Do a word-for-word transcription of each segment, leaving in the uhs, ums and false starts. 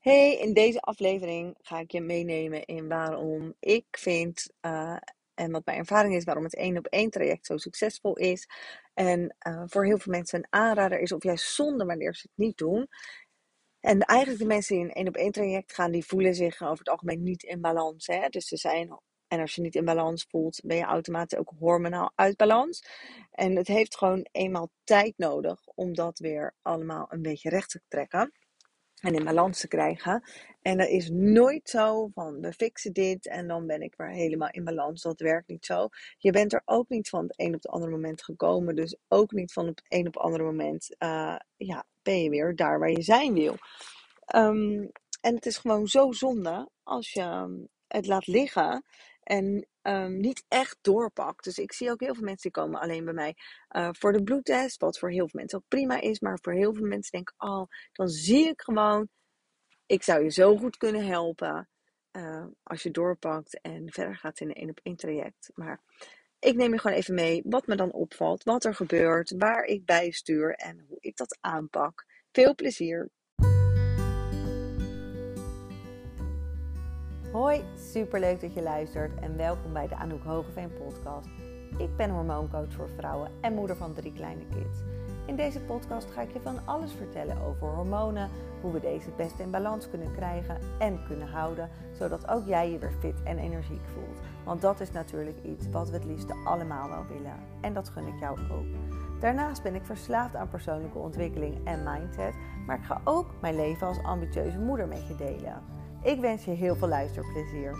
Hey, in deze aflevering ga ik je meenemen in waarom ik vind, uh, en wat mijn ervaring is, waarom het één op één traject zo succesvol is. En uh, voor heel veel mensen een aanrader is, of juist zonde wanneer ze het niet doen. En eigenlijk de mensen die in een één op één traject gaan, die voelen zich over het algemeen niet in balans. Hè? Dus ze zijn, en als je niet in balans voelt, ben je automatisch ook hormonaal uit balans. En het heeft gewoon eenmaal tijd nodig om dat weer allemaal een beetje recht te trekken en in balans te krijgen. En dat is nooit zo van we fixen dit en dan ben ik weer helemaal in balans. Dat werkt niet zo. Je bent er ook niet van het een op het andere moment gekomen. Dus ook niet van het een op het andere moment uh, ja, ben je weer daar waar je zijn wil. Um, en het is gewoon zo zonde als je um, het laat liggen en um, niet echt doorpakt. Dus ik zie ook heel veel mensen die komen alleen bij mij uh, voor de bloedtest. Wat voor heel veel mensen ook prima is. Maar voor heel veel mensen denk ik, oh, dan zie ik gewoon, ik zou je zo goed kunnen helpen uh, als je doorpakt en verder gaat in een één op één traject. Maar ik neem je gewoon even mee wat me dan opvalt, wat er gebeurt, waar ik bijstuur en hoe ik dat aanpak. Veel plezier! Hoi, superleuk dat je luistert en welkom bij de Anouk Hogeveen podcast. Ik ben hormooncoach voor vrouwen en moeder van drie kleine kids. In deze podcast ga ik je van alles vertellen over hormonen, hoe we deze het beste in balans kunnen krijgen en kunnen houden, zodat ook jij je weer fit en energiek voelt. Want dat is natuurlijk iets wat we het liefste allemaal wel willen en dat gun ik jou ook. Daarnaast ben ik verslaafd aan persoonlijke ontwikkeling en mindset, maar ik ga ook mijn leven als ambitieuze moeder met je delen. Ik wens je heel veel luisterplezier.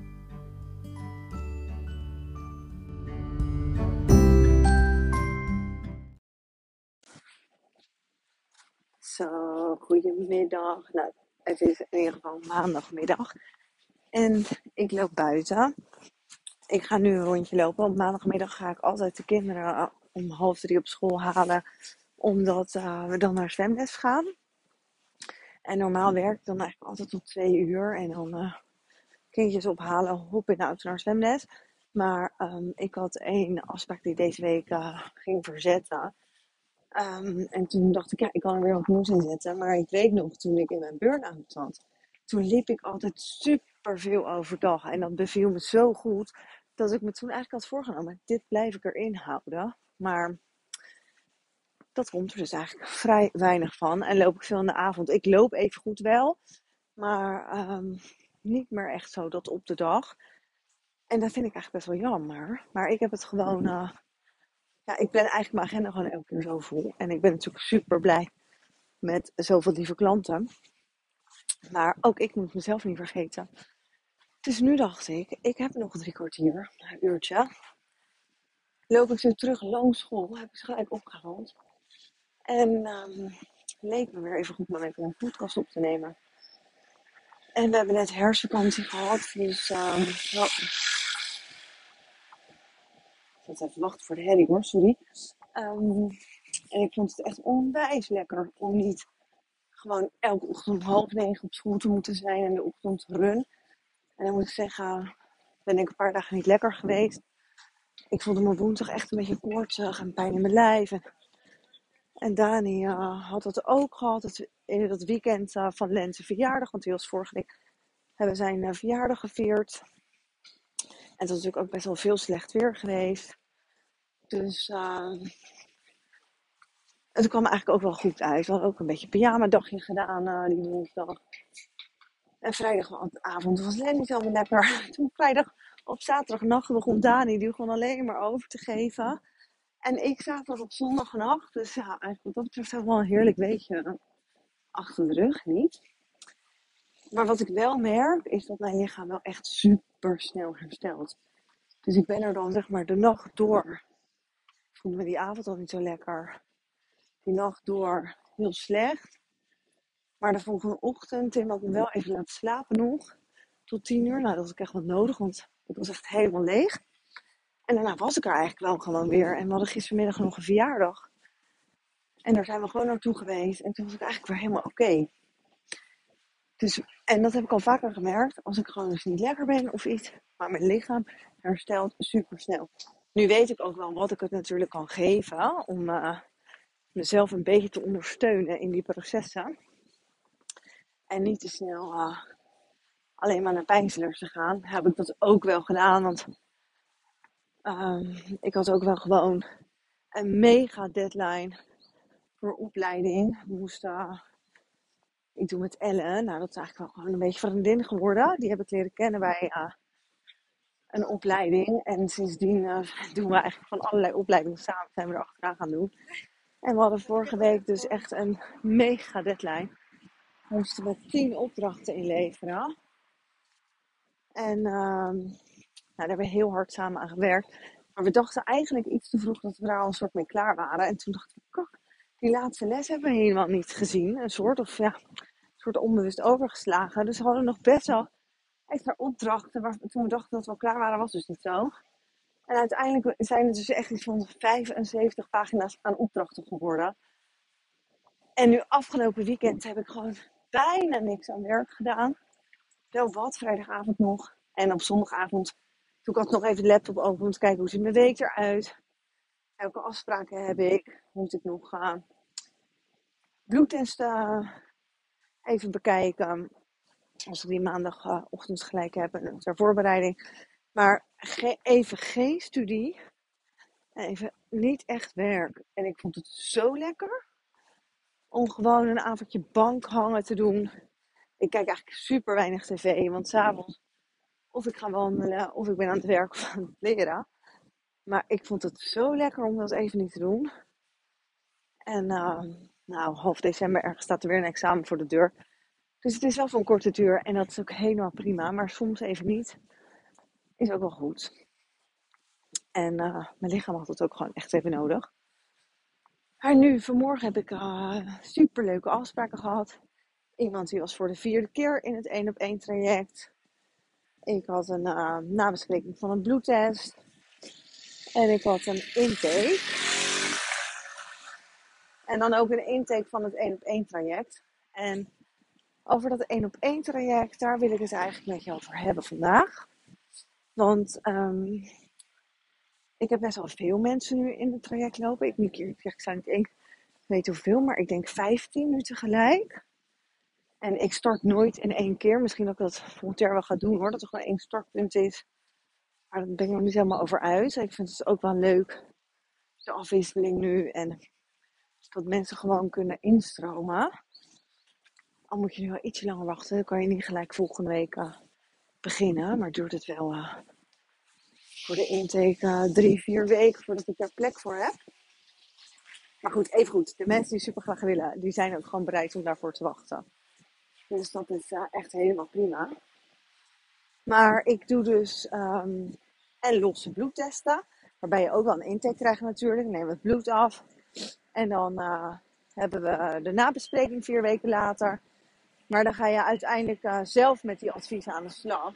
Zo, goedemiddag. Nou, het is in ieder geval maandagmiddag. En ik loop buiten. Ik ga nu een rondje lopen. Op maandagmiddag ga ik altijd de kinderen om half drie op school halen. Omdat uh, we dan naar zwemles gaan. En normaal werk ik dan eigenlijk altijd tot twee uur. En dan uh, kindjes ophalen, hop in de auto naar zwemles. Maar um, ik had één afspraak die deze week uh, ging verzetten. Um, en toen dacht ik, ja, ik kan er weer wat nieuws in zetten. Maar ik weet nog, toen ik in mijn burn-out zat, toen liep ik altijd super veel overdag. En dat beviel me zo goed, dat ik me toen eigenlijk had voorgenomen, dit blijf ik erin houden. Maar dat komt er dus eigenlijk vrij weinig van. En loop ik veel in de avond. Ik loop even goed wel, maar um, niet meer echt zo dat op de dag. En dat vind ik eigenlijk best wel jammer. Maar ik heb het gewoon... Uh, ja, ik ben eigenlijk mijn agenda gewoon elke keer zo vol. En ik ben natuurlijk super blij met zoveel lieve klanten. Maar ook ik moet mezelf niet vergeten. Dus nu dacht ik, ik heb nog drie kwartier, een uurtje. Loop ik zo terug langs school, heb ik ze gelijk opgehaald. En um, leek me weer even goed om even een podcast op te nemen. En we hebben net herfstvakantie gehad, dus um, well, ik zat even wachten voor de herrie hoor, sorry. Um, en ik vond het echt onwijs lekker om niet gewoon elke ochtend om half negen op school te moeten zijn en de ochtend run. En dan moet ik zeggen, ben ik een paar dagen niet lekker geweest. Ik voelde me woensdag echt een beetje koortsig en pijn in mijn lijf. En, en Dani uh, had dat ook gehad. Het, in dat weekend uh, van Lens verjaardag, want die was vorige week, hebben zijn uh, verjaardag gevierd. En het was natuurlijk ook best wel veel slecht weer geweest. Dus uh, het kwam eigenlijk ook wel goed uit. We hadden ook een beetje pyjama dagje gedaan uh, die woensdag. En vrijdagavond was Len niet helemaal lekker. Toen vrijdag op zaterdagnacht begon Dani, die begon alleen maar over te geven. En ik zaterdag op zondagnacht. Dus ja, eigenlijk wat dat betreft wel een heerlijk weekje achter de rug, niet? Maar wat ik wel merk, is dat mijn lichaam wel echt super snel herstelt. Dus ik ben er dan zeg maar de nacht door. Ik voelde me die avond al niet zo lekker. Die nacht door heel slecht. Maar de volgende ochtend, Tim had me wel even laten slapen nog. Tot tien uur. Nou, dat was ik echt wat nodig, want ik was echt helemaal leeg. En daarna was ik er eigenlijk wel gewoon weer. En we hadden gistermiddag nog een verjaardag. En daar zijn we gewoon naartoe geweest. En toen was ik eigenlijk weer helemaal oké. Okay. Dus, en dat heb ik al vaker gemerkt. Als ik gewoon eens niet lekker ben of iets. Maar mijn lichaam herstelt super snel. Nu weet ik ook wel wat ik het natuurlijk kan geven. Om uh, mezelf een beetje te ondersteunen in die processen. En niet te snel uh, alleen maar naar pijnstillers te gaan. Heb ik dat ook wel gedaan. Want um, ik had ook wel gewoon een mega deadline voor opleiding. We moesten, uh, ik doe met Ellen. Nou, dat is eigenlijk wel gewoon een beetje vriendin geworden. Die heb ik leren kennen bij uh, een opleiding. En sindsdien uh, doen we eigenlijk van allerlei opleidingen samen. Zijn we er achteraan gaan doen. En we hadden vorige week dus echt een mega deadline. We moesten met tien opdrachten inleveren. En uh, nou, daar hebben we heel hard samen aan gewerkt. Maar we dachten eigenlijk iets te vroeg dat we daar al een soort mee klaar waren. En toen dacht ik, kak, die laatste les hebben we helemaal niet gezien. Een soort, of ja, een soort onbewust overgeslagen. Dus we hadden nog best wel extra opdrachten. Maar toen we dachten dat we al klaar waren, was dus niet zo. En uiteindelijk zijn het dus echt iets van vijfenzeventig pagina's aan opdrachten geworden. En nu afgelopen weekend heb ik gewoon bijna niks aan werk gedaan. Wel wat, vrijdagavond nog. En op zondagavond, toen ik had nog even de laptop open om te kijken hoe ziet mijn week eruit. Welke afspraken heb ik? Moet ik nog uh, bloedtesten even bekijken. Als ik die maandagochtend uh, gelijk heb en ter voorbereiding. Maar ge- even geen studie. Even niet echt werk. En ik vond het zo lekker om gewoon een avondje bank hangen te doen. Ik kijk eigenlijk super weinig tv, want s'avonds of ik ga wandelen, of ik ben aan het werk of aan het leren. Maar ik vond het zo lekker om dat even niet te doen. En uh, nou, half december ergens staat er weer een examen voor de deur. Dus het is wel van korte duur en dat is ook helemaal prima. Maar soms even niet, is ook wel goed. En uh, mijn lichaam had het ook gewoon echt even nodig. Maar nu, vanmorgen heb ik uh, superleuke afspraken gehad. Iemand die was voor de vierde keer in het één op één traject. Ik had een uh, nabespreking van een bloedtest. En ik had een intake. En dan ook een intake van het één op één traject. En over dat één op één traject, daar wil ik het eigenlijk met je over hebben vandaag. Want um, ik heb best wel veel mensen nu in het traject lopen. Ik, ik, ik, ik zou niet één weten hoeveel, maar ik denk vijftien nu tegelijk. En ik start nooit in één keer. Misschien dat ik dat volgend jaar wel ga doen hoor. Dat er gewoon één startpunt is. Maar daar ben ik nog niet helemaal over uit. Ik vind het ook wel leuk. De afwisseling nu. En dat mensen gewoon kunnen instromen. Al moet je nu wel ietsje langer wachten. Dan kan je niet gelijk volgende week uh, beginnen. Maar duurt het wel uh, voor de intake uh, drie, vier weken voordat ik daar plek voor heb. Maar goed, even goed. De mensen die super graag willen, die zijn ook gewoon bereid om daarvoor te wachten. Dus dat is uh, echt helemaal prima. Maar ik doe dus um, en losse bloedtesten. Waarbij je ook wel een intake krijgt natuurlijk. Dan nemen we het bloed af. En dan uh, hebben we de nabespreking vier weken later. Maar dan ga je uiteindelijk uh, zelf met die adviezen aan de slag.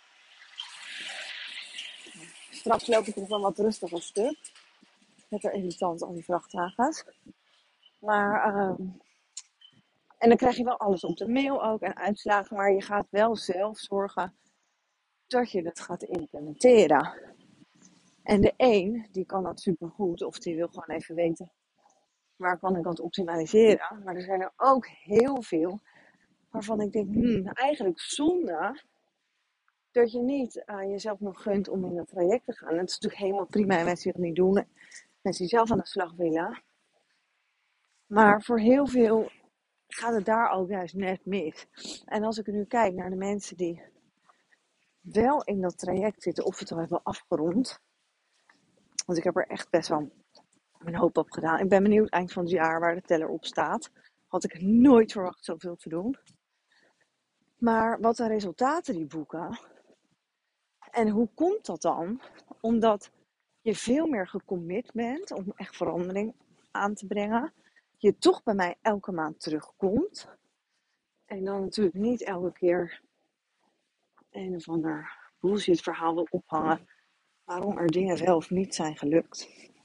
Straks loop ik er van wat rustiger stuk. Met er irritant al die vrachtwagens. Maar, um, en dan krijg je wel alles op de mail ook en uitslagen. Maar je gaat wel zelf zorgen dat je het gaat implementeren. En de een, die kan dat supergoed. Of die wil gewoon even weten, waar kan ik dat optimaliseren. Maar er zijn er ook heel veel waarvan ik denk, hmm, eigenlijk zonde dat je niet uh, jezelf nog gunt om in dat traject te gaan. En het is natuurlijk helemaal prima en mensen die dat niet doen. Mensen die zelf aan de slag willen. Maar voor heel veel gaat het daar ook juist net mis. En als ik nu kijk naar de mensen die wel in dat traject zitten of het al hebben afgerond. Want ik heb er echt best wel een hoop op gedaan. Ik ben benieuwd eind van het jaar waar de teller op staat. Had ik nooit verwacht zoveel te doen. Maar wat de resultaten die boeken. En hoe komt dat dan? Omdat je veel meer gecommit bent om echt verandering aan te brengen. Je toch bij mij elke maand terugkomt. En dan natuurlijk niet elke keer een of ander bullshit verhaal wil ophangen. Waarom er dingen wel of niet zijn gelukt.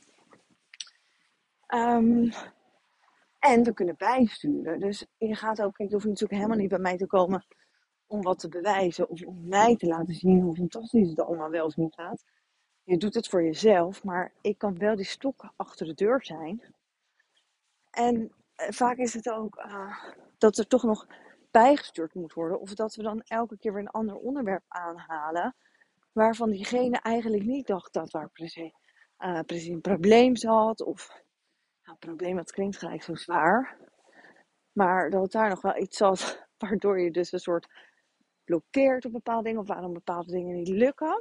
Um, en we kunnen bijsturen. Dus je gaat ook, kijk, je hoeft natuurlijk helemaal niet bij mij te komen om wat te bewijzen. Of om mij te laten zien hoe fantastisch het allemaal wel of niet gaat. Je doet het voor jezelf, maar ik kan wel die stok achter de deur zijn. En uh, vaak is het ook uh, dat er toch nog bijgestuurd moet worden. Of dat we dan elke keer weer een ander onderwerp aanhalen. Waarvan diegene eigenlijk niet dacht dat waar precies, uh, precies een probleem zat. Of nou, een probleem, dat klinkt gelijk zo zwaar. Maar dat daar nog wel iets zat waardoor je dus een soort blokkeert op bepaalde dingen. Of waarom bepaalde dingen niet lukken.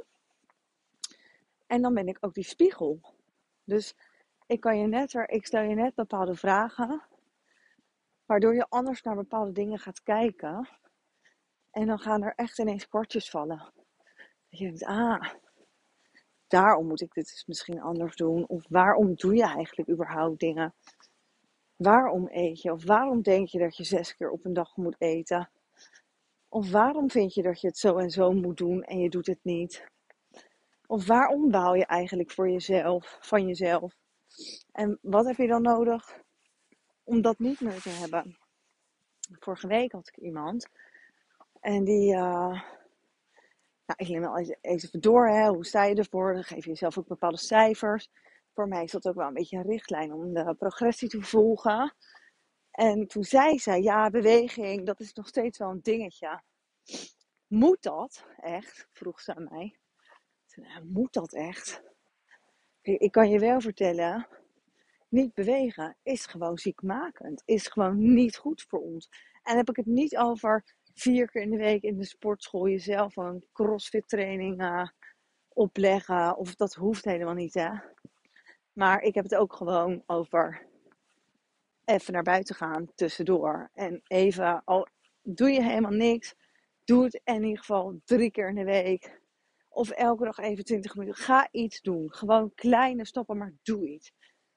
En dan ben ik ook die spiegel. Dus ik, kan je net, ik stel je net bepaalde vragen. Waardoor je anders naar bepaalde dingen gaat kijken. En dan gaan er echt ineens kwartjes vallen. Dat je denkt, ah, daarom moet ik dit dus misschien anders doen. Of waarom doe je eigenlijk überhaupt dingen? Waarom eet je? Of waarom denk je dat je zes keer op een dag moet eten? Of waarom vind je dat je het zo en zo moet doen en je doet het niet? Of waarom baal je eigenlijk voor jezelf, van jezelf? En wat heb je dan nodig om dat niet meer te hebben? Vorige week had ik iemand en die, uh, nou, ik neem wel eens even door, hè. Hoe sta je ervoor? Dan geef je jezelf ook bepaalde cijfers. Voor mij is dat ook wel een beetje een richtlijn om de progressie te volgen. En toen zei zij, ja, beweging, dat is nog steeds wel een dingetje. Moet dat echt? Vroeg ze aan mij. Zei, nou, moet dat echt? Ik kan je wel vertellen, niet bewegen is gewoon ziekmakend. Is gewoon niet goed voor ons. En dan heb ik het niet over vier keer in de week in de sportschool jezelf een crossfit training uh, opleggen. Of dat hoeft helemaal niet, hè. Maar ik heb het ook gewoon over even naar buiten gaan tussendoor. En even, al doe je helemaal niks, doe het in ieder geval drie keer in de week. Of elke dag even twintig minuten. Ga iets doen. Gewoon kleine stappen, maar doe iets.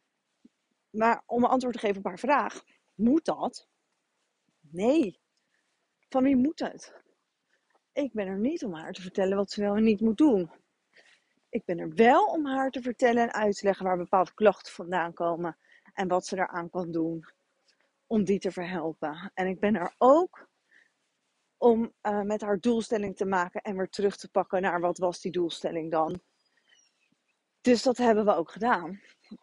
Maar om een antwoord te geven op haar vraag. Moet dat? Nee. Van wie moet het? Ik ben er niet om haar te vertellen wat ze wel en niet moet doen. Ik ben er wel om haar te vertellen en uit te leggen waar bepaalde klachten vandaan komen. En wat ze daaraan kan doen. Om die te verhelpen. En ik ben er ook om uh, met haar doelstelling te maken. En weer terug te pakken naar wat was die doelstelling dan. Dus dat hebben we ook gedaan.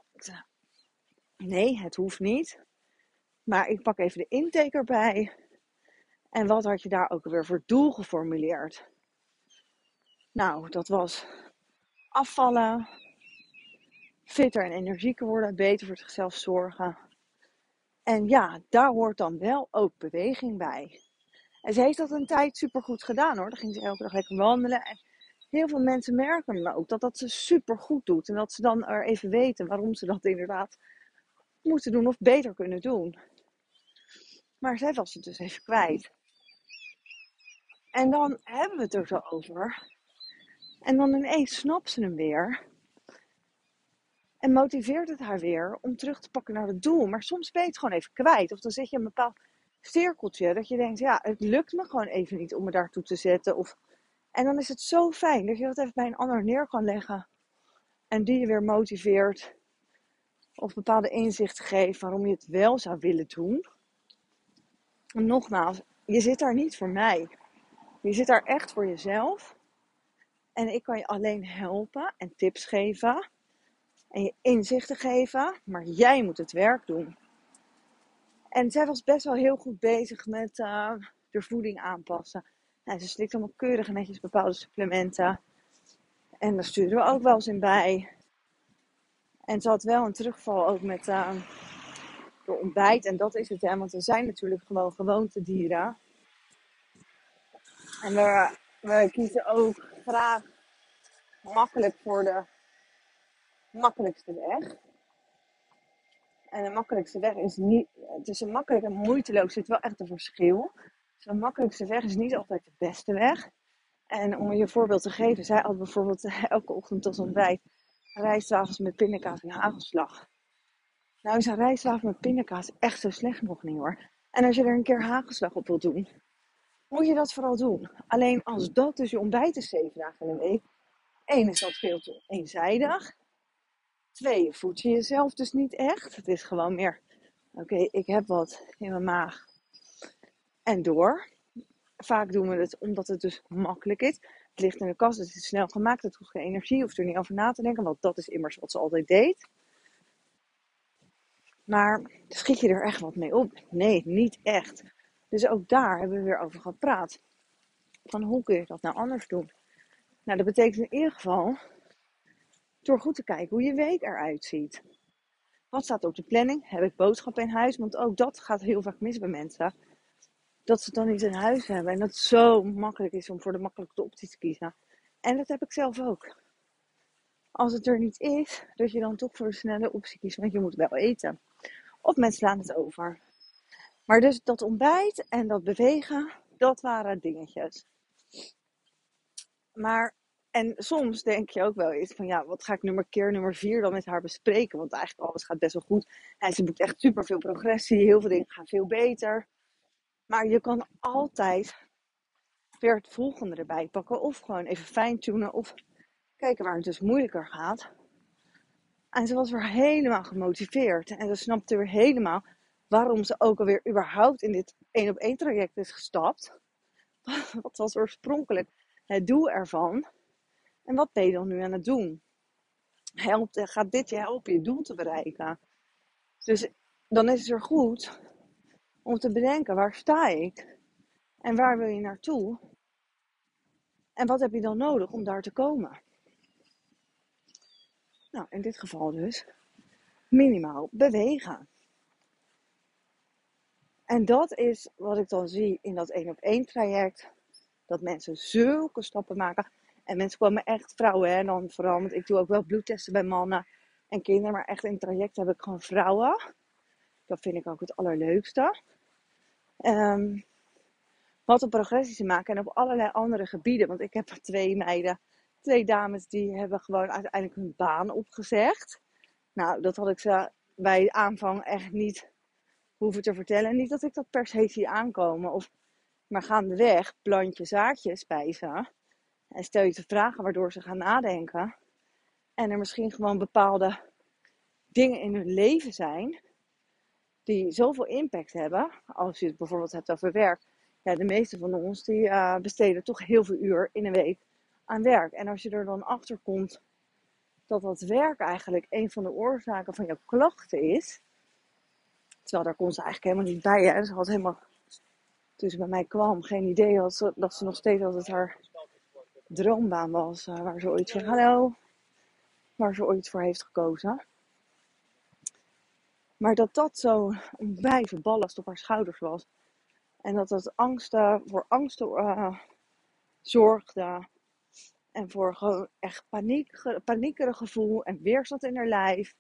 Nee, het hoeft niet. Maar ik pak even de intake erbij. En wat had je daar ook weer voor doel geformuleerd? Nou, dat was afvallen, fitter en energieker worden, beter voor zichzelf zorgen. En ja, daar hoort dan wel ook beweging bij. En ze heeft dat een tijd supergoed gedaan, hoor. Dan ging ze elke dag lekker wandelen. En heel veel mensen merken dan ook dat dat ze supergoed doet. En dat ze dan er even weten waarom ze dat inderdaad moeten doen of beter kunnen doen. Maar zij was het dus even kwijt. En dan hebben we het er zo over. En dan ineens snapt ze hem weer. En motiveert het haar weer om terug te pakken naar het doel. Maar soms ben je het gewoon even kwijt. Of dan zit je in een bepaald cirkeltje. Dat je denkt, ja, het lukt me gewoon even niet om me daartoe te zetten. Of... En dan is het zo fijn dat je dat even bij een ander neer kan leggen. En die je weer motiveert. Of bepaalde inzichten geeft waarom je het wel zou willen doen. En nogmaals, je zit daar niet voor mij. Je zit daar echt voor jezelf. En ik kan je alleen helpen en tips geven. En je inzichten geven. Maar jij moet het werk doen. En zij was best wel heel goed bezig met uh, de voeding aanpassen. Nou, ze slikt allemaal keurig en netjes bepaalde supplementen. En daar sturen we ook wel eens in bij. En ze had wel een terugval ook met uh, de ontbijt. En dat is het, hè. Want we zijn natuurlijk gewoon gewoontedieren. En we, we kiezen ook graag makkelijk voor de makkelijkste weg. En de makkelijkste weg is niet... Tussen makkelijk en moeiteloos zit wel echt een verschil. Dus de makkelijkste weg is niet altijd de beste weg. En om je een voorbeeld te geven. Zij had bijvoorbeeld elke ochtend als ontbijt rijstwafels met pindakaas en hagelslag. Nou is een rijstwafel met pindakaas echt zo slecht nog niet, hoor. En als je er een keer hagelslag op wilt doen, moet je dat vooral doen. Alleen als dat dus je ontbijt is zeven dagen in de week. Eén, is dat veel te eenzijdig. Twee, je voedt je jezelf dus niet echt. Het is gewoon meer, oké, okay, ik heb wat in mijn maag. En door. Vaak doen we het omdat het dus makkelijk is. Het ligt in de kast, het is snel gemaakt, het hoeft geen energie, hoeft er niet over na te denken. Want dat is immers wat ze altijd deed. Maar schiet je er echt wat mee op? Nee, niet echt. Dus ook daar hebben we weer over gepraat. Van hoe kun je dat nou anders doen? Nou, dat betekent in ieder geval door goed te kijken hoe je week eruit ziet. Wat staat op de planning? Heb ik boodschappen in huis? Want ook dat gaat heel vaak mis bij mensen. Dat ze het dan niet in huis hebben. En dat het zo makkelijk is om voor de makkelijkste optie te kiezen. En dat heb ik zelf ook. Als het er niet is, dat je dan toch voor de snelle optie kiest. Want je moet wel eten. Of mensen slaan het over. Maar dus dat ontbijt en dat bewegen, dat waren dingetjes. Maar, en soms denk je ook wel eens van ja, wat ga ik nummer keer nummer vier dan met haar bespreken? Want eigenlijk alles gaat best wel goed. En ze boekt echt super veel progressie. Heel veel dingen gaan veel beter. Maar je kan altijd weer het volgende erbij pakken. Of gewoon even fine-tunen. Of kijken waar het dus moeilijker gaat. En ze was weer helemaal gemotiveerd. En ze snapte weer helemaal waarom ze ook alweer überhaupt in dit één op één traject is gestapt. Wat was oorspronkelijk het doel ervan? En wat ben je dan nu aan het doen? Helpt, gaat dit je helpen je doel te bereiken? Dus dan is het er goed om te bedenken, waar sta ik? En waar wil je naartoe? En wat heb je dan nodig om daar te komen? Nou, in dit geval dus minimaal bewegen. En dat is wat ik dan zie in dat één op één traject. Dat mensen zulke stappen maken. En mensen komen echt, vrouwen hè, dan vooral. Want ik doe ook wel bloedtesten bij mannen en kinderen. Maar echt in het traject heb ik gewoon vrouwen. Dat vind ik ook het allerleukste. Um, wat een progressie te maken. En op allerlei andere gebieden. Want ik heb twee meiden, twee dames die hebben gewoon uiteindelijk hun baan opgezegd. Nou, dat had ik ze bij aanvang echt niet hoeven te vertellen. Niet dat ik dat per se zie aankomen. Of, maar gaandeweg plant je zaadjes bij ze. En stel je te vragen waardoor ze gaan nadenken. En er misschien gewoon bepaalde dingen in hun leven zijn. Die zoveel impact hebben. Als je het bijvoorbeeld hebt over werk. Ja, de meeste van ons die uh, besteden toch heel veel uur in een week aan werk. En als je er dan achter komt dat dat werk eigenlijk een van de oorzaken van jouw klachten is. Terwijl daar kon ze eigenlijk helemaal niet bij. Hè? Ze had helemaal, toen ze bij mij kwam, geen idee dat ze, dat ze nog steeds altijd haar droombaan was. Uh, waar ze ooit voor, hallo, waar ze ooit voor heeft gekozen. Maar dat dat zo'n onwijze ballast op haar schouders was. En dat dat angsten, voor angsten uh, zorgde. En voor gewoon echt paniek, paniekerig gevoel en weerstand in haar lijf.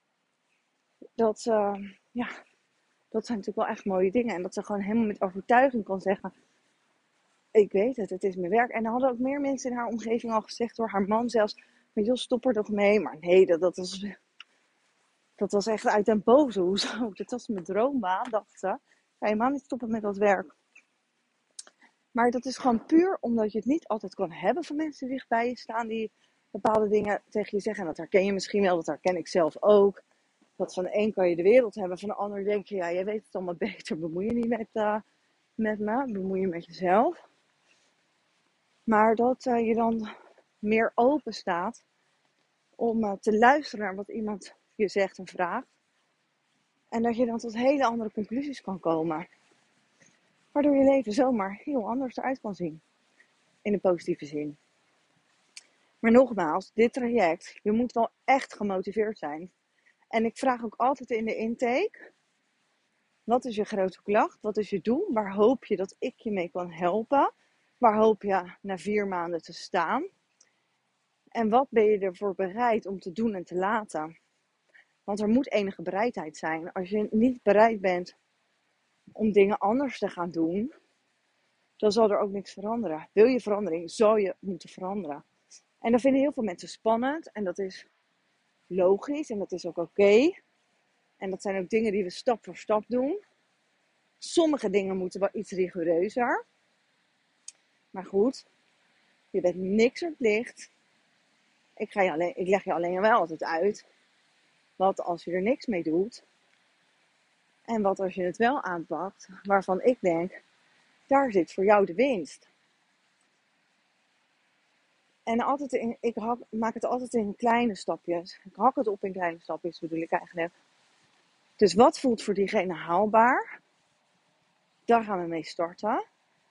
Dat, uh, ja, dat zijn natuurlijk wel echt mooie dingen. En dat ze gewoon helemaal met overtuiging kan zeggen. Ik weet het, het is mijn werk. En er hadden ook meer mensen in haar omgeving al gezegd. Door haar man zelfs. Maar joh, stop er toch mee. Maar nee, dat, dat, was, dat was echt uit den boze. Hoezo? Dat was mijn droombaan, dacht ze. Ga helemaal niet stoppen met dat werk. Maar dat is gewoon puur omdat je het niet altijd kan hebben van mensen die dichtbij je staan. Die bepaalde dingen tegen je zeggen. En dat herken je misschien wel. Dat herken ik zelf ook. Dat van de een kan je de wereld hebben. Van de ander denk je, ja, jij weet het allemaal beter. Bemoei je niet met, uh, met me. Bemoei je met jezelf. Maar dat uh, je dan meer open staat om uh, te luisteren naar wat iemand je zegt en vraagt. En dat je dan tot hele andere conclusies kan komen. Waardoor je leven zomaar heel anders eruit kan zien. In de positieve zin. Maar nogmaals, dit traject, je moet wel echt gemotiveerd zijn. En ik vraag ook altijd in de intake. Wat is je grote klacht? Wat is je doel? Waar hoop je dat ik je mee kan helpen? Waar hoop je na vier maanden te staan? En wat ben je ervoor bereid om te doen en te laten? Want er moet enige bereidheid zijn. Als je niet bereid bent om dingen anders te gaan doen, dan zal er ook niks veranderen. Wil je verandering, zal je moeten veranderen. En dat vinden heel veel mensen spannend. En dat is logisch en dat is ook oké. Okay. En dat zijn ook dingen die we stap voor stap doen. Sommige dingen moeten wel iets rigoureuzer. Maar goed, je bent niks verplicht. Ik, ga je alleen, ik leg je alleen wel altijd uit. Wat als je er niks mee doet. En wat als je het wel aanpakt. Waarvan ik denk, daar zit voor jou de winst. En altijd in, ik hak, maak het altijd in kleine stapjes. Ik hak het op in kleine stapjes, bedoel ik eigenlijk. Dus wat voelt voor diegene haalbaar? Daar gaan we mee starten.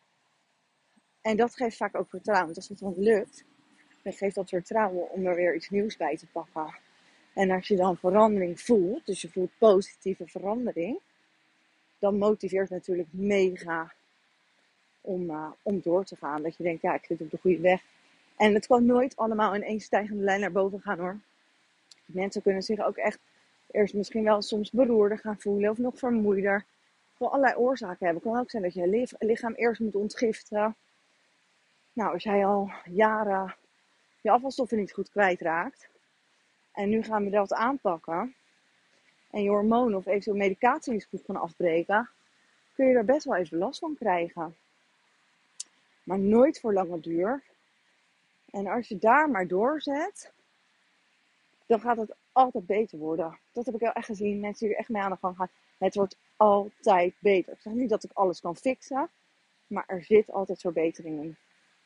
En dat geeft vaak ook vertrouwen. Want als het dan lukt, dan geeft dat vertrouwen om er weer iets nieuws bij te pakken. En als je dan verandering voelt, dus je voelt positieve verandering, dan motiveert het natuurlijk mega om, uh, om door te gaan. Dat je denkt, ja, ik zit op de goede weg. En het kan nooit allemaal in één stijgende lijn naar boven gaan, hoor. Mensen kunnen zich ook echt eerst misschien wel soms beroerder gaan voelen of nog vermoeider. Voor allerlei oorzaken hebben. Het kan ook zijn dat je lichaam eerst moet ontgiften. Nou, als jij al jaren je afvalstoffen niet goed kwijtraakt en nu gaan we dat aanpakken en je hormonen of eventueel medicatie niet goed gaan afbreken, kun je er best wel even last van krijgen. Maar nooit voor lange duur. En als je daar maar doorzet, dan gaat het altijd beter worden. Dat heb ik wel echt gezien. Mensen die er echt mee aan de gang gaan. Het wordt altijd beter. Ik zeg niet dat ik alles kan fixen, maar er zit altijd verbetering in.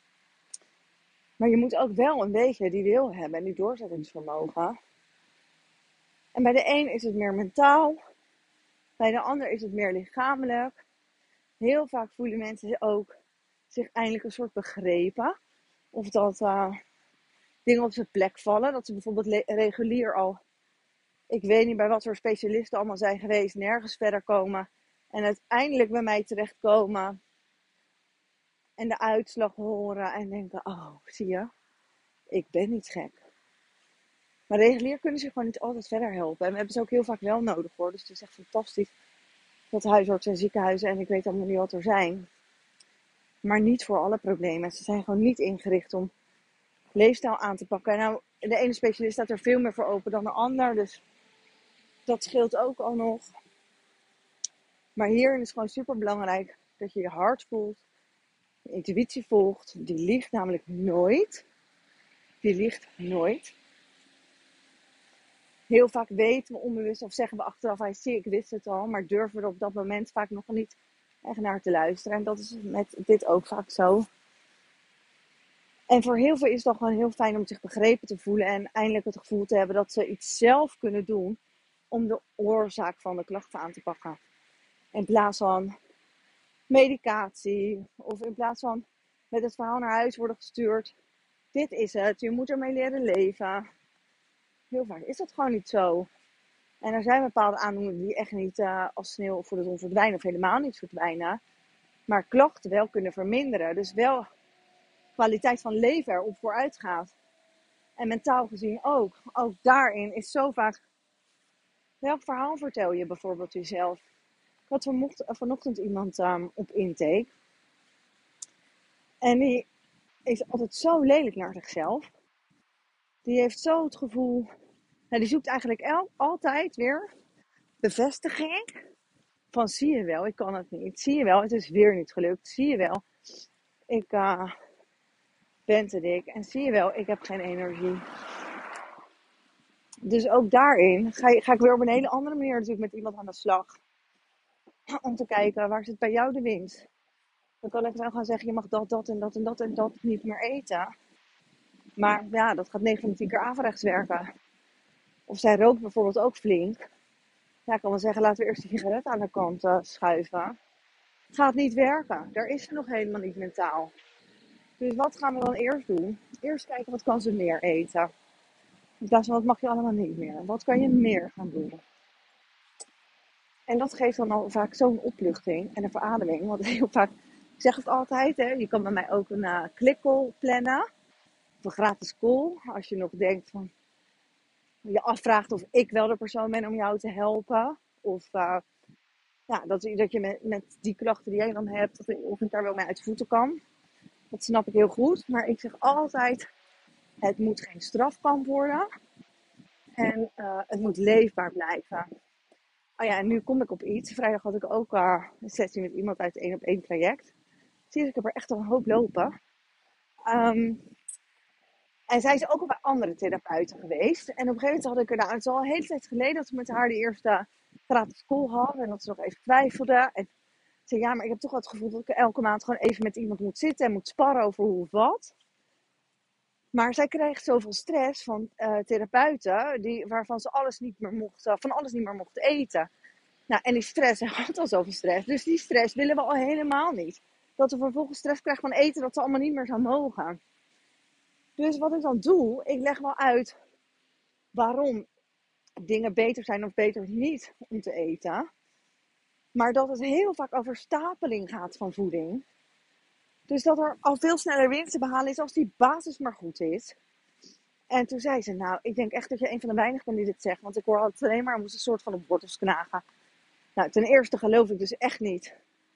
Maar je moet ook wel een beetje die wil hebben en die doorzettingsvermogen. En bij de een is het meer mentaal. Bij de ander is het meer lichamelijk. Heel vaak voelen mensen ook zich eindelijk een soort begrepen. Of dat uh, dingen op zijn plek vallen. Dat ze bijvoorbeeld le- regulier al, ik weet niet bij wat voor specialisten allemaal zijn geweest, nergens verder komen. En uiteindelijk bij mij terechtkomen. En de uitslag horen en denken, oh, zie je, ik ben niet gek. Maar regulier kunnen ze gewoon niet altijd verder helpen. En we hebben ze ook heel vaak wel nodig, hoor. Dus het is echt fantastisch dat huisartsen en ziekenhuizen, en ik weet allemaal niet wat er zijn. Maar niet voor alle problemen. Ze zijn gewoon niet ingericht om leefstijl aan te pakken. En nou, de ene specialist staat er veel meer voor open dan de ander. Dus dat scheelt ook al nog. Maar hierin is gewoon super belangrijk dat je je hart voelt. Je intuïtie volgt. Die liegt namelijk nooit. Die liegt nooit. Heel vaak weten we onbewust of zeggen we achteraf, hij zie ik wist het al. Maar durven we er op dat moment vaak nog niet echt naar te luisteren. En dat is met dit ook vaak zo. En voor heel veel is het dan gewoon heel fijn om zich begrepen te voelen. En eindelijk het gevoel te hebben dat ze iets zelf kunnen doen om de oorzaak van de klachten aan te pakken. In plaats van medicatie of in plaats van met het verhaal naar huis worden gestuurd. Dit is het, je moet ermee leren leven. Heel vaak is dat gewoon niet zo. En er zijn bepaalde aandoeningen die echt niet uh, als sneeuw voor de zon verdwijnen of helemaal niet verdwijnen. Maar klachten wel kunnen verminderen. Dus wel kwaliteit van leven erop vooruit gaat. En mentaal gezien ook. Ook daarin is zo vaak, welk verhaal vertel je bijvoorbeeld jezelf? Ik had vanochtend, vanochtend iemand um, op intake. En die is altijd zo lelijk naar zichzelf. Die heeft zo het gevoel, nou, die zoekt eigenlijk el, altijd weer bevestiging. Van zie je wel, ik kan het niet. Zie je wel, het is weer niet gelukt. Zie je wel, ik uh, ben te dik. En zie je wel, ik heb geen energie. Dus ook daarin ga, je, ga ik weer op een hele andere manier natuurlijk met iemand aan de slag. Om te kijken, waar zit bij jou de winst? Dan kan ik wel gaan zeggen, je mag dat, dat en dat en dat en dat niet meer eten. Maar ja, dat gaat negen van de tien keer averechts werken. Of zij rookt bijvoorbeeld ook flink. Ja, ik kan wel zeggen, laten we eerst de sigaret aan de kant uh, schuiven. Gaat niet werken. Daar is ze nog helemaal niet mentaal. Dus wat gaan we dan eerst doen? Eerst kijken, wat kan ze meer eten? In plaats van, wat mag je allemaal niet meer? Wat kan je meer gaan doen? En dat geeft dan al vaak zo'n opluchting en een verademing. Want heel vaak, ik zeg het altijd, hè, je kan bij mij ook een uh, klikcall plannen. Of een gratis call. Als je nog denkt van, je afvraagt of ik wel de persoon ben om jou te helpen. Of uh, ja, dat, dat je met, met die klachten die jij dan hebt, of, of ik daar wel mee uit de voeten kan. Dat snap ik heel goed. Maar ik zeg altijd, het moet geen strafkamp worden. En uh, het moet leefbaar blijven. Oh ja, en nu kom ik op iets. Vrijdag had ik ook uh, een sessie met iemand uit het één op één traject. Zie je, ik heb er echt al een hoop lopen. Um, en zij is ook al bij andere therapeuten geweest. En op een gegeven moment had ik er, nou, het is al een hele tijd geleden dat ik met haar de eerste gratis call had. En dat ze nog even twijfelde. En ik zei, ja, maar ik heb toch wel het gevoel dat ik elke maand gewoon even met iemand moet zitten en moet sparren over hoe of wat. Maar zij kreeg zoveel stress van uh, therapeuten die, waarvan ze alles niet meer mochten, van alles niet meer mochten eten. Nou, en die stress, hij had al zoveel stress. Dus die stress willen we al helemaal niet. Dat we vervolgens stress krijgen van eten dat ze allemaal niet meer zou mogen. Dus wat ik dan doe, ik leg wel uit waarom dingen beter zijn of beter niet om te eten. Maar dat het heel vaak over stapeling gaat van voeding. Dus dat er al veel sneller winst te behalen is als die basis maar goed is. En toen zei ze, nou, ik denk echt dat je een van de weinigen bent die dit zegt. Want ik hoor altijd alleen maar, moest een soort van op wortels knagen. Nou, ten eerste geloof ik dus echt niet.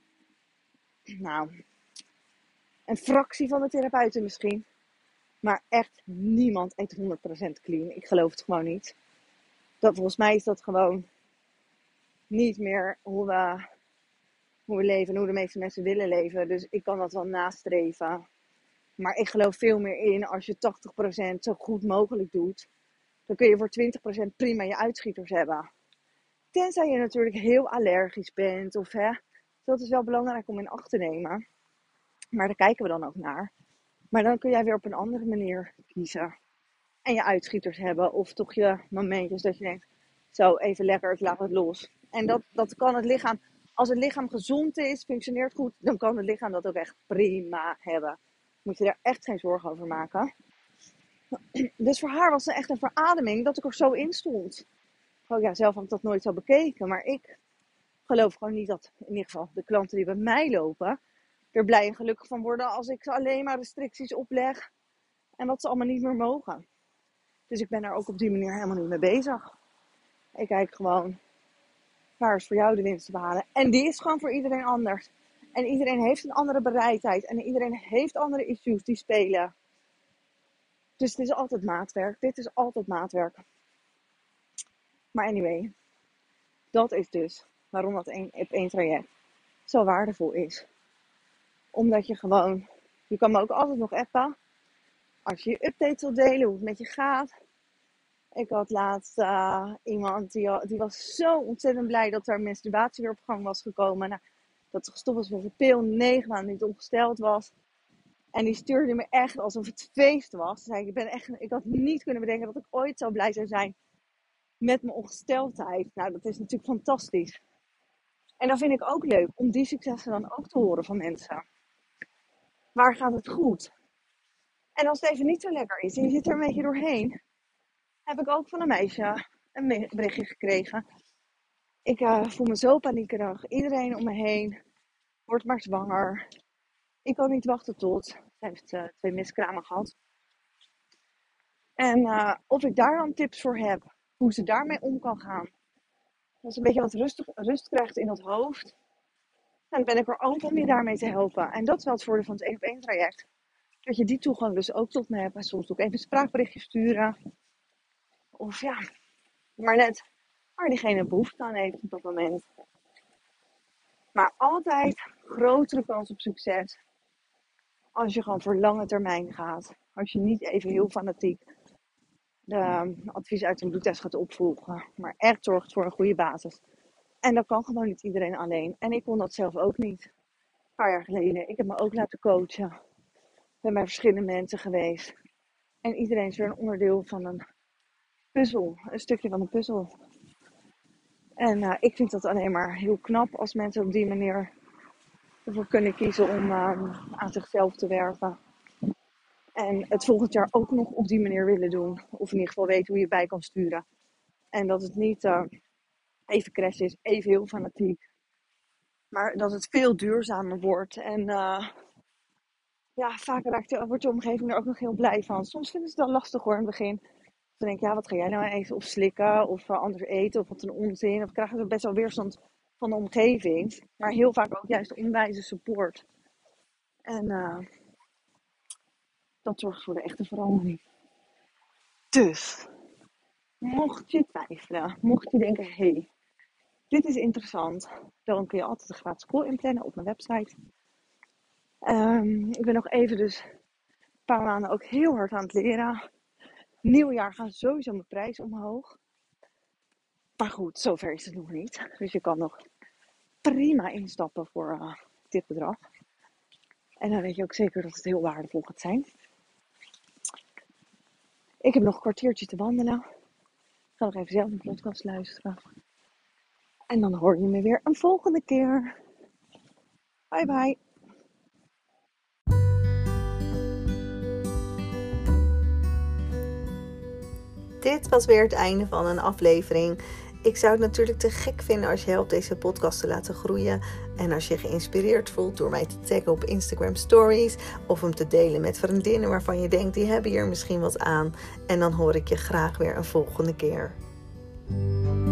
Nou, een fractie van de therapeuten misschien. Maar echt niemand eet honderd procent clean. Ik geloof het gewoon niet. Dat, volgens mij is dat gewoon niet meer hoe we, hoe we leven en hoe de meeste mensen willen leven. Dus ik kan dat wel nastreven. Maar ik geloof veel meer in als je tachtig procent zo goed mogelijk doet. Dan kun je voor twintig procent prima je uitschieters hebben. Tenzij je natuurlijk heel allergisch bent. Of, hè, dat is wel belangrijk om in acht te nemen. Maar daar kijken we dan ook naar. Maar dan kun jij weer op een andere manier kiezen. En je uitschieters hebben. Of toch je momentjes dat je denkt, zo even lekker, ik laat het los. En dat, dat kan het lichaam, als het lichaam gezond is, functioneert goed, dan kan het lichaam dat ook echt prima hebben. Moet je daar echt geen zorgen over maken. Dus voor haar was het echt een verademing dat ik er zo in stond. Oh ja, zelf heb ik dat nooit zo bekeken. Maar ik geloof gewoon niet dat, in ieder geval de klanten die bij mij lopen, er blij en gelukkig van worden als ik ze alleen maar restricties opleg. En wat ze allemaal niet meer mogen. Dus ik ben daar ook op die manier helemaal niet mee bezig. Ik kijk gewoon, waar is voor jou de winst te behalen? En die is gewoon voor iedereen anders. En iedereen heeft een andere bereidheid. En iedereen heeft andere issues die spelen. Dus het is altijd maatwerk. Dit is altijd maatwerk. Maar anyway, dat is dus waarom dat een, op één traject zo waardevol is. Omdat je gewoon, je kan me ook altijd nog appen. Als je je updates wilt delen, hoe het met je gaat. Ik had laatst uh, iemand, die, die was zo ontzettend blij dat haar menstruatie weer op gang was gekomen. Nou, dat ze gestopt was met de pil, negen maanden niet ongesteld was. En die stuurde me echt alsof het feest was. Zei, ik, ben echt, ik had niet kunnen bedenken dat ik ooit zo blij zou zijn met mijn ongesteldheid. Nou, dat is natuurlijk fantastisch. En dan vind ik ook leuk om die successen dan ook te horen van mensen. Waar gaat het goed? En als het even niet zo lekker is en je zit er een beetje doorheen, heb ik ook van een meisje een berichtje gekregen. Ik uh, voel me zo paniekerig. Iedereen om me heen wordt maar zwanger. Ik kan niet wachten tot. Ze heeft uh, twee miskramen gehad. En uh, of ik daar dan tips voor heb. Hoe ze daarmee om kan gaan. Dat ze een beetje wat rustig, rust krijgt in het hoofd. En dan ben ik er ook om je daarmee te helpen. En dat is wel het voordeel van het één op één traject. Dat je die toegang dus ook tot me hebt. En soms ook even een spraakberichtje sturen. Of ja, maar net waar diegene behoefte aan heeft op dat moment. Maar altijd grotere kans op succes. Als je gewoon voor lange termijn gaat. Als je niet even heel fanatiek de advies uit een bloedtest gaat opvolgen. Maar echt zorgt voor een goede basis. En dat kan gewoon niet iedereen alleen. En ik kon dat zelf ook niet. Een paar jaar geleden. Ik heb me ook laten coachen. Ik ben bij verschillende mensen geweest. En iedereen is weer een onderdeel van een puzzel. Een stukje van een puzzel. En uh, ik vind dat alleen maar heel knap als mensen op die manier ervoor kunnen kiezen om uh, aan zichzelf te werken. En het volgend jaar ook nog op die manier willen doen. Of in ieder geval weten hoe je bij kan sturen. En dat het niet uh, even crash is, even heel fanatiek. Maar dat het veel duurzamer wordt. En uh, ja, vaak raakt je, wordt je omgeving er ook nog heel blij van. Soms vinden ze het wel lastig hoor in het begin. Dan denk ik, ja, wat ga jij nou even of slikken of uh, anders eten of wat een onzin. Of krijgen ze best wel weerstand van de omgeving. Maar heel vaak ook juist onwijze support. En uh, dat zorgt voor de echte verandering. Dus, mocht je twijfelen, mocht je denken, hé, hey, dit is interessant. Dan kun je altijd een gratis call inplannen op mijn website. Um, ik ben nog even dus een paar maanden ook heel hard aan het leren. Nieuwjaar gaan sowieso mijn prijs omhoog. Maar goed, zover is het nog niet. Dus je kan nog prima instappen voor uh, dit bedrag. En dan weet je ook zeker dat het heel waardevol gaat zijn. Ik heb nog een kwartiertje te wandelen. Ik ga nog even zelf een podcast luisteren. En dan hoor je me weer een volgende keer. Bye bye. Dit was weer het einde van een aflevering. Ik zou het natuurlijk te gek vinden als je helpt deze podcast te laten groeien. En als je geïnspireerd voelt door mij te taggen op Instagram Stories. Of hem te delen met vriendinnen waarvan je denkt, die hebben hier misschien wat aan. En dan hoor ik je graag weer een volgende keer.